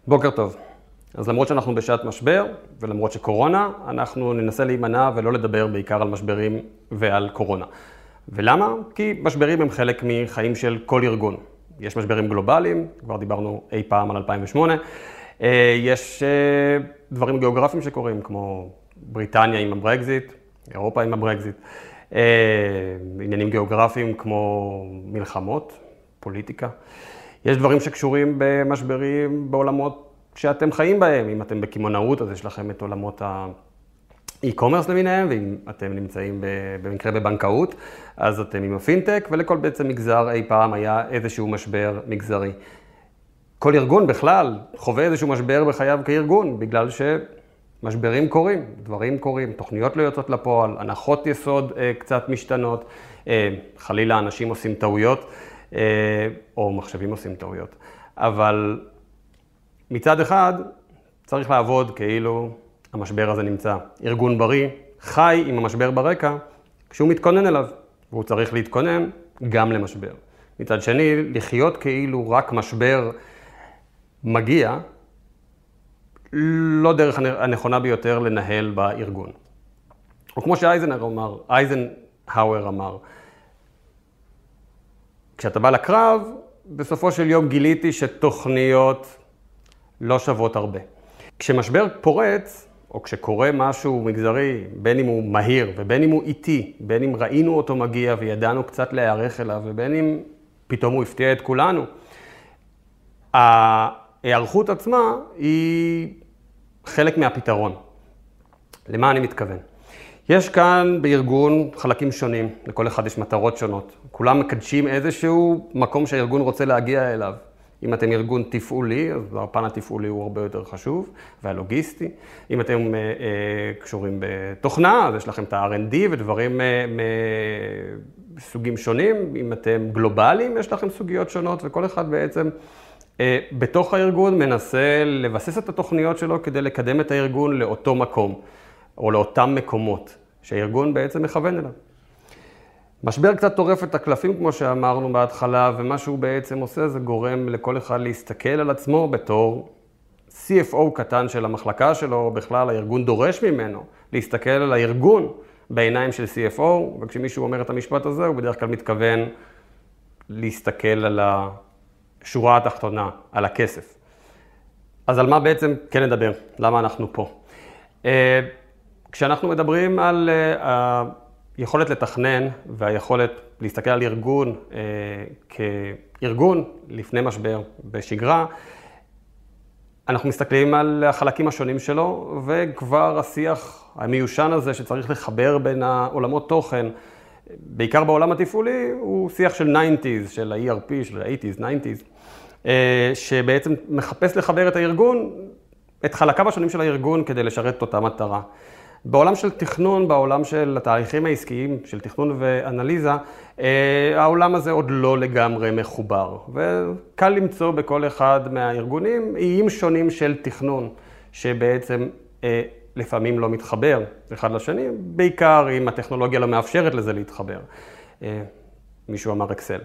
בוקר טוב. אז למרות שאנחנו בשעת משבר, ולמרות שקורונה, אנחנו ננסה להימנע ולא לדבר בעיקר על משברים ועל קורונה. ולמה? כי משברים הם חלק מחיים של כל ארגון. יש משברים גלובליים, כבר דיברנו אי פעם על 2008. יש דברים גיאוגרפיים שקורים, כמו בריטניה עם הברקזיט, אירופה עם הברקזיט. עניינים גיאוגרפיים כמו מלחמות, פוליטיקה. יש דברים שקשורים במשברים בעולמות שאתם חיים בהם. אם אתם בקימונאות, אז יש לכם את עולמות האי-קומרס למיניהם, ואם אתם נמצאים במקרה בבנקאות, אז אתם עם הפינטק, ולכל בעצם מגזר אי פעם היה איזשהו משבר מגזרי. כל ארגון בכלל חווה איזשהו משבר בחייו כארגון, בגלל שמשברים קורים, דברים קורים, תוכניות לא יוצאות לפועל, הנחות יסוד קצת משתנות, חלילה אנשים עושים טעויות, או מחשבים עושים טעויות. אבל מצד אחד צריך לעבוד כאילו המשבר הזה נמצא. ארגון בריא חי עם המשבר ברקע כשהוא מתכונן אליו, והוא צריך להתכונן גם למשבר. מצד שני, לחיות כאילו רק משבר מגיע, לא דרך הנכונה ביותר לנהל בארגון. או כמו שאייזנהאואר אמר, כשאתה בא לקרב, בסופו של יום גיליתי שתוכניות לא שוות הרבה. כשמשבר פורץ, או כשקורה משהו מגזרי, בין אם הוא מהיר ובין אם הוא איטי, בין אם ראינו אותו מגיע וידענו קצת להיערך אליו, ובין אם פתאום הוא הפתיע את כולנו, ההיערכות עצמה היא חלק מהפתרון. למה אני מתכוון? יש כאן בארגון חלקים שונים, לכל אחד יש מטרות שונות. כולם מקדשים איזשהו מקום שהארגון רוצה להגיע אליו. אם אתם ארגון תפעולי, אז הפן התפעולי הוא הרבה יותר חשוב, והלוגיסטי. אם אתם קשורים בתוכנה, אז יש לכם את ה-R&D ודברים מסוגים שונים. אם אתם גלובליים, יש לכם סוגיות שונות, וכל אחד בעצם בתוך הארגון מנסה לבסס את התוכניות שלו כדי לקדם את הארגון לאותו מקום, או לאותם מקומות שהארגון בעצם מכוון אליו. משבר קצת טורף את הקלפים, כמו שאמרנו בהתחלה, ומה שהוא בעצם עושה זה גורם לכל אחד להסתכל על עצמו בתור CFO קטן של המחלקה שלו, או בכלל הארגון דורש ממנו להסתכל על הארגון בעיניים של CFO, וכשמישהו אומר את המשפט הזה, הוא בדרך כלל מתכוון להסתכל על השורה התחתונה, על הכסף. אז על מה בעצם כן נדבר? למה אנחנו פה? כשאנחנו מדברים על היכולת לתכנן והיכולת להסתכל על ארגון כארגון לפני משבר בשגרה, אנחנו מסתכלים על החלקים השונים שלו, וכבר השיח המיושן הזה שצריך לחבר בין העולמות תוכן, בעיקר בעולם התפעולי, הוא שיח של 90s, של ה-ERP, של ה-80s, 90s, שבעצם מחפש לחבר את הארגון, את חלקיו השונים של הארגון כדי לשרת את אותה מטרה. בעולם של תכנון, בעולם של התהליכים העסקיים, של תכנון ואנליזה, העולם הזה עוד לא לגמרי מחובר. וקל למצוא בכל אחד מהארגונים איים שונים של תכנון, שבעצם לפעמים לא מתחבר אחד לשני, בעיקר אם הטכנולוגיה לא מאפשרת לזה להתחבר. מישהו אמר אקסל.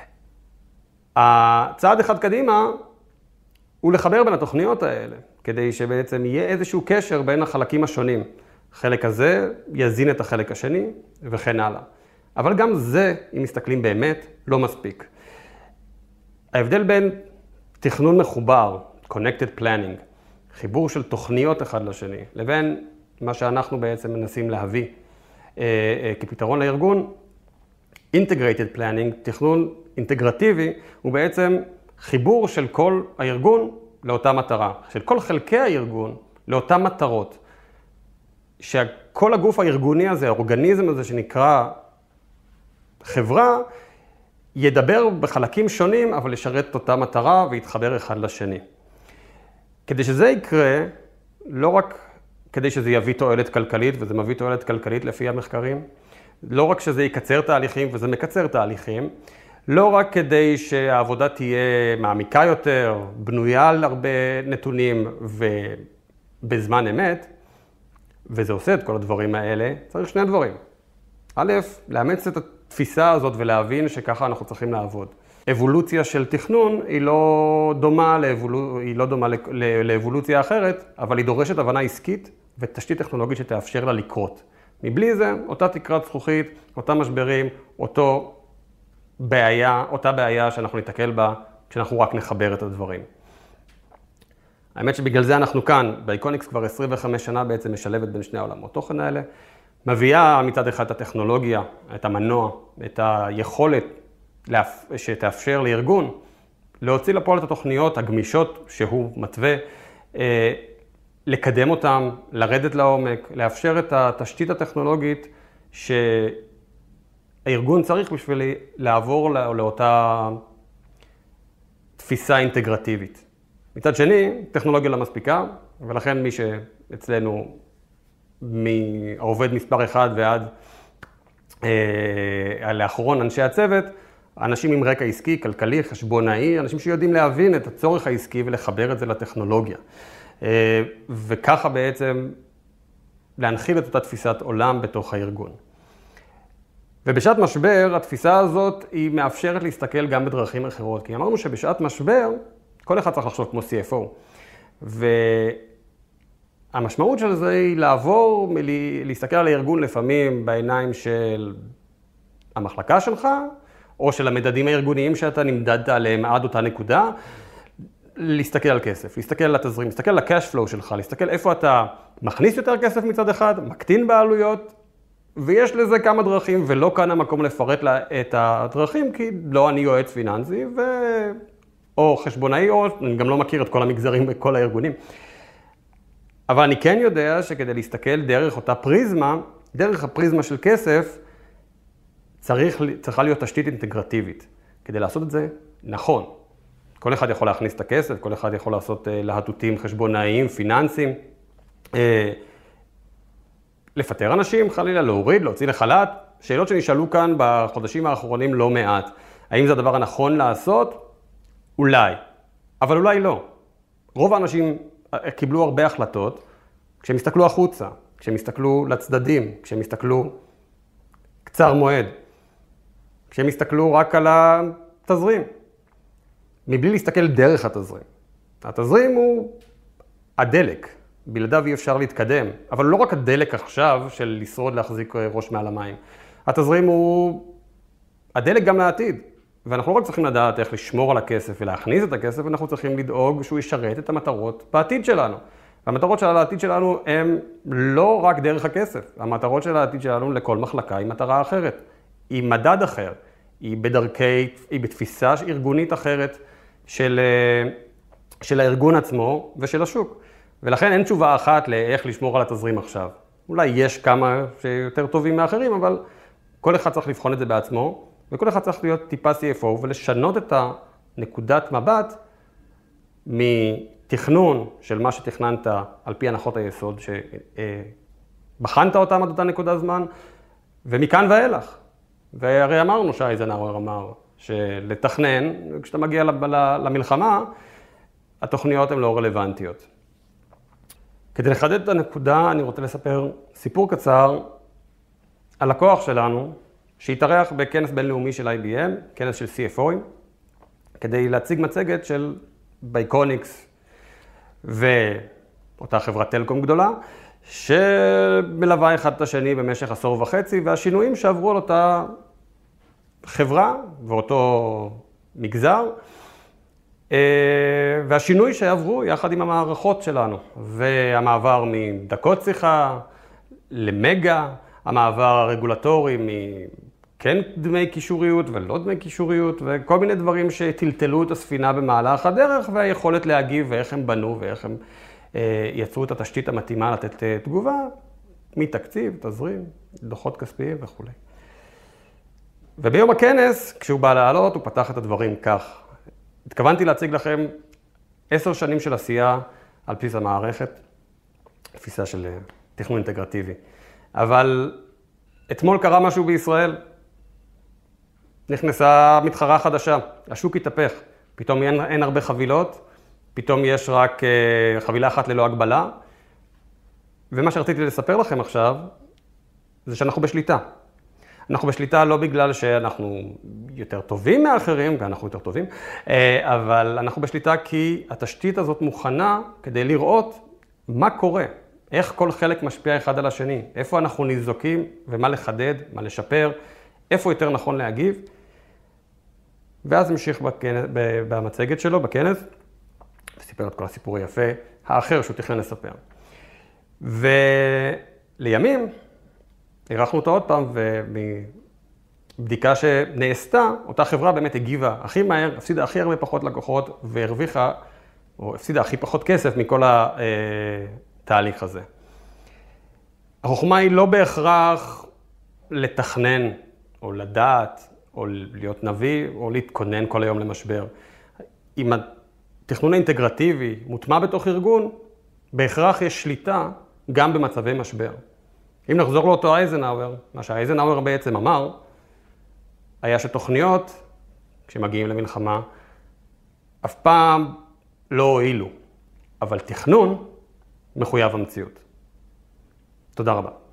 הצעד אחד קדימה הוא לחבר בין התוכניות האלה, כדי שבעצם יהיה איזשהו קשר בין החלקים השונים. החלק הזה יזין את החלק השני וכן הלאה. אבל גם זה, אם מסתכלים באמת, לא מספיק. ההבדל בין תכנון מחובר, connected planning, חיבור של תוכניות אחד לשני, לבין מה שאנחנו בעצם מנסים להביא כפתרון לארגון, integrated planning, תכנון אינטגרטיבי, הוא בעצם חיבור של כל הארגון לאותה מטרה, של כל חלקי הארגון לאותן מטרות. שכל הגוף הארגוני הזה, האורגניזם הזה שנקרא חברה, ידבר בחלקים שונים, אבל ישרת את אותה מטרה ויתחבר אחד לשני. כדי שזה יקרה, לא רק כדי שזה יביא תועלת כלכלית, וזה מביא תועלת כלכלית לפי המחקרים, לא רק שזה יקצר תהליכים, וזה מקצר תהליכים, לא רק כדי שהעבודה תהיה מעמיקה יותר, בנויה על הרבה נתונים ובזמן אמת, וזה עושה את כל הדברים האלה, צריך שני דברים. א', לאמץ את התפיסה הזאת ולהבין שככה אנחנו צריכים לעבוד. אבולוציה של תכנון היא לא דומה לאבולוציה אחרת, אבל היא דורשת הבנה עסקית ותשתית טכנולוגית שתאפשר לה לקרות. מבלי זה, אותה תקרת זכוכית, אותם משברים, אותה בעיה שאנחנו ניתקל בה כשאנחנו רק נחבר את הדברים. האמת שבגלל זה אנחנו כאן, באיקוניקס כבר 25 שנה בעצם משלבת בין שני העולמות תוכן האלה, מביאה מצד אחד את הטכנולוגיה, את המנוע, את היכולת שתאפשר לארגון להוציא לפועל את התוכניות הגמישות שהוא מתווה, לקדם אותם, לרדת לעומק, לאפשר את התשתית הטכנולוגית שהארגון צריך בשביל לעבור לאותה תפיסה אינטגרטיבית. מצד שני, טכנולוגיה לא מספיקה, ולכן מי שאצלנו מהעובד מספר 1 ועד לאחרון אנשי הצוות, אנשים עם רקע עסקי, כלכלי, חשבונאי, אנשים שיודעים להבין את הצורך העסקי ולחבר את זה לטכנולוגיה. וככה בעצם להנחיל את אותה תפיסת עולם בתוך הארגון. ובשעת משבר, התפיסה הזאת היא מאפשרת להסתכל גם בדרכים אחרות, כי אמרנו שבשעת משבר, כל אחד צריך לחשוב כמו CFO. והמשמעות של זה היא לעבור, להסתכל על הארגון לפעמים בעיניים של המחלקה שלך, או של המדדים הארגוניים שאתה נמדדת עליהם עד אותה נקודה, להסתכל על כסף, להסתכל על התזרים, להסתכל על ה-cash flow שלך, להסתכל איפה אתה מכניס יותר כסף מצד אחד, מקטין בעלויות, ויש לזה כמה דרכים, ולא כאן המקום לפרט את הדרכים, כי לא אני יועץ פיננסי, או חשבונאי, או אני גם לא מכיר את כל המגזרים בכל הארגונים. אבל אני כן יודע שכדי להסתכל דרך אותה פריזמה, דרך הפריזמה של כסף, צריכה להיות תשתית אינטגרטיבית. כדי לעשות את זה נכון. כל אחד יכול להכניס את הכסף, כל אחד יכול לעשות להטוטים חשבונאיים, פיננסיים, לפטר אנשים, חלילה, להוריד, להוציא לחל"ת. שאלות שנשאלו כאן בחודשים האחרונים לא מעט. האם זה הדבר הנכון לעשות? אולי, אבל אולי לא. רוב האנשים קיבלו הרבה החלטות כשהם הסתכלו החוצה, כשהם הסתכלו לצדדים, כשהם הסתכלו קצר מועד, כשהם הסתכלו רק על התזרים, מבלי להסתכל דרך התזרים. התזרים הוא הדלק, בלעדיו אי אפשר להתקדם, אבל לא רק הדלק עכשיו של לשרוד להחזיק ראש מעל המים. התזרים הוא הדלק גם לעתיד. ואנחנו לא רק צריכים לדעת איך לשמור על הכסף ולהכניס את הכסף, אנחנו צריכים לדאוג שהוא ישרת את המטרות בעתיד שלנו. והמטרות של העתיד שלנו הן לא רק דרך הכסף. המטרות של העתיד שלנו לכל מחלקה היא מטרה אחרת. היא מדד אחר. היא בתפיסה ארגונית אחרת של הארגון עצמו ושל השוק. ולכן אין תשובה אחת לאיך לשמור על התזרים עכשיו. אולי יש כמה שיותר טובים מאחרים, אבל כל אחד צריך לבחון את זה בעצמו. וכל אחד צריך להיות טיפה CFO ולשנות את הנקודת מבט מתכנון של מה שתכננת על פי הנחות היסוד שבחנת אותם עד אותה נקודה זמן, ומכאן ואילך. והרי אמרנו שאייזנהאואר אמר שלתכנן, כשאתה מגיע למלחמה, התוכניות הן לא רלוונטיות. כדי לחדד את הנקודה, אני רוצה לספר סיפור קצר על לקוח שלנו, שהתארח בכנס בינלאומי של IBM, כנס של CFO'ים, כדי להציג מצגת של באיקוניקס ואותה חברת טלקום גדולה, שמלווה אחד את השני במשך 10.5 והשינויים שעברו על אותה חברה ואותו מגזר, והשינוי שעברו יחד עם המערכות שלנו, והמעבר מדקות שיחה למגה, המעבר הרגולטורי מכן דמי קישוריות ולא דמי קישוריות, וכל מיני דברים שטלטלו את הספינה במהלך הדרך, והיכולת להגיב ואיך הם בנו ואיך הם יצרו את התשתית המתאימה לתת תגובה, מתקציב, תזרים, דוחות כספיים וכו'. וביום הכנס, כשהוא בא לעלות, הוא פתח את הדברים כך. התכוונתי להציג לכם 10 שנים של עשייה על בסיס המערכת, תפיסה של תכנון אינטגרטיבי. אבל אתמול קרה משהו בישראל, נכנסה מתחרה חדשה, השוק התהפך, פתאום אין הרבה חבילות, פתאום יש רק חבילה אחת ללא הגבלה, ומה שרציתי לספר לכם עכשיו, זה שאנחנו בשליטה. אנחנו בשליטה לא בגלל שאנחנו יותר טובים מאחרים, ואנחנו יותר טובים, אבל אנחנו בשליטה כי התשתית הזאת מוכנה כדי לראות מה קורה, איך כל חלק משפיע אחד על השני, איפה אנחנו ניזוקים ומה לחדד, מה לשפר, איפה יותר נכון להגיב. ואז המשיך במצגת שלו, בכנס, וסיפר את כל הסיפור היפה האחר שהוא תכנן לספר. ולימים, ערכנו אותו עוד פעם, ובבדיקה שנעשתה, אותה חברה באמת הגיבה הכי מהר, הפסידה הכי הרבה פחות לקוחות, והרוויחה, או הפסידה הכי פחות כסף מכל התהליך הזה. החוכמה היא לא בהכרח לתכנן, או לדעת, או להיות נביא, או להתכונן כל היום למשבר. אם התכנון האינטגרטיבי מוטמע בתוך ארגון, בהכרח יש שליטה גם במצבי משבר. אם נחזור לאותו אייזנהאואר, מה שהאייזנהאואר בעצם אמר, היה שתוכניות, כשמגיעים למלחמה, אף פעם לא הועילו, אבל תכנון מחויב המציאות. תודה רבה.